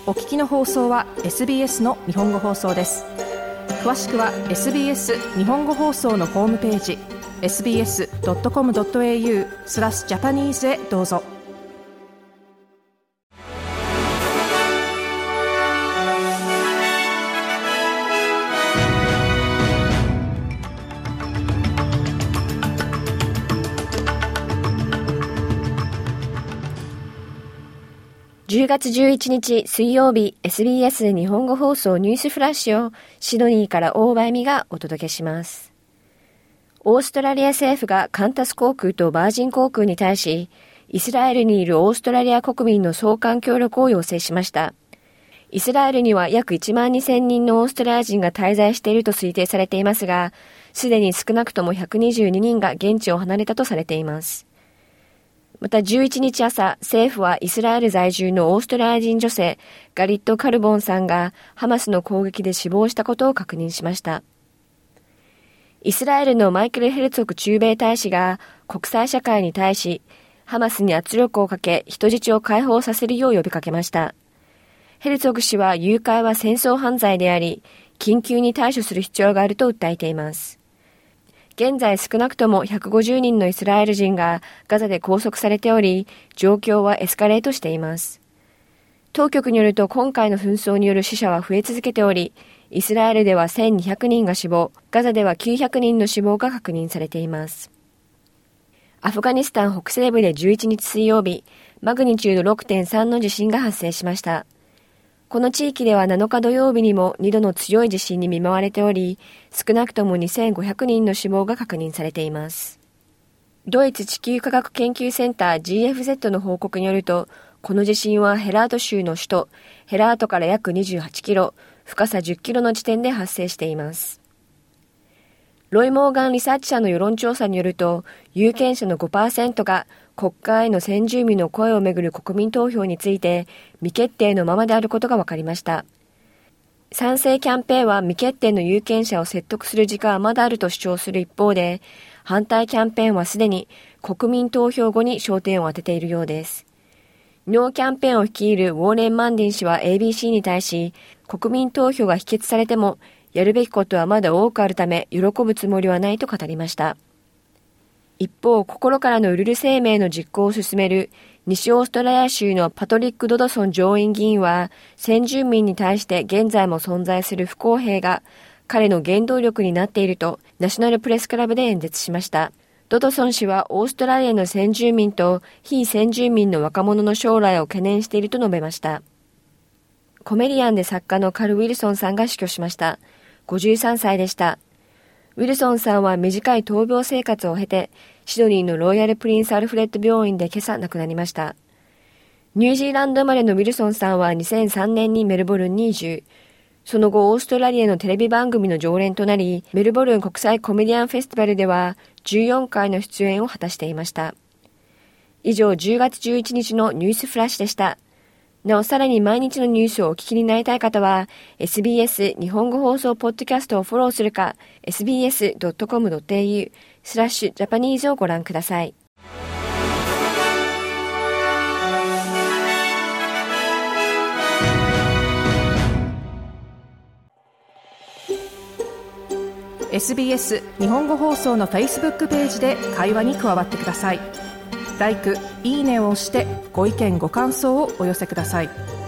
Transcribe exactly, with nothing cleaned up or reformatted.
お聞きの放送は エスビーエス の日本語放送です。詳しくは エスビーエス 日本語放送のホームページ エスビーエスドットコムドットエーユー スラスジャパニーズへどうぞ。 じゅうがつじゅういちにち水曜日、 エスビーエス 日本語放送ニュースフラッシュをシドニーから大場恵美がお届けします。オーストラリア政府がカンタス航空とバージン航空に対し、イスラエルにいるオーストラリア国民の送還協力を要請しました。イスラエルには約いちまんにせんにんのオーストラリア人が滞在していると推定されていますが、すでに少なくともひゃくにじゅうににんが現地を離れたとされています。またじゅういちにち朝、政府はイスラエル在住のオーストラリア人女性ガリット・カルボンさんがハマスの攻撃で死亡したことを確認しました。イスラエルのマイケル・ヘルツォグ駐米大使が国際社会に対し、ハマスに圧力をかけ人質を解放させるよう呼びかけました。ヘルツォグ氏は誘拐は戦争犯罪であり、緊急に対処する必要があると訴えています。現在少なくともひゃくごじゅうにんのイスラエル人がガザで拘束されており、状況はエスカレートしています。当局によると今回の紛争による死者は増え続けており、イスラエルではせんにひゃくにんが死亡、ガザではきゅうひゃくにんの死亡が確認されています。アフガニスタン北西部でじゅういちにち水曜日、マグニチュード ろくてんさん の地震が発生しました。この地域ではなのか土曜日にもにどの強い地震に見舞われており、少なくともにせんごひゃくにんの死亡が確認されています。ドイツ地球科学研究センター ジーエフゼット の報告によると、この地震はヘラート州の首都ヘラートから約にじゅうはちキロ、深さじゅっキロの地点で発生しています。ロイ・モーガンリサーチ社の世論調査によると、有権者の ごパーセント が国会への先住民の声をめぐる国民投票について未決定のままであることが分かりました。賛成キャンペーンは未決定の有権者を説得する時間はまだあると主張する一方で、反対キャンペーンはすでに国民投票後に焦点を当てているようです。ノーキャンペーンを率いるウォーレン・マンディン氏は エービーシー に対し、国民投票が否決されてもやるべきことはまだ多くあるため喜ぶつもりはないと語りました。一方、心からのウルル生命の実行を進める西オーストラリア州のパトリック・ドドソン上院議員は、先住民に対して現在も存在する不公平が彼の原動力になっているとナショナルプレスクラブで演説しました。ドドソン氏はオーストラリアの先住民と非先住民の若者の将来を懸念していると述べました。コメディアンで作家のカル・ウィルソンさんが死去しました。ごじゅうさんさいでした。ウィルソンさんは短い闘病生活を経て、シドニーのロイヤルプリンスアルフレッド病院で今朝亡くなりました。ニュージーランド生まれのウィルソンさんはにせんさんねんにメルボルンに移住。その後オーストラリアのテレビ番組の常連となり、メルボルン国際コメディアンフェスティバルではじゅうよんかいの出演を果たしていました。以上、じゅうがつじゅういちにちのニュースフラッシュでした。なお、さらに毎日のニュースをお聞きになりたい方は エスビーエス 日本語放送ポッドキャストをフォローするか エスビーエスドットコムドットエーユー スラッシュジャパニーズをご覧ください。 エスビーエス 日本語放送の Facebook ページで会話に加わってください。ライク、いいねを押してご意見ご感想をお寄せください。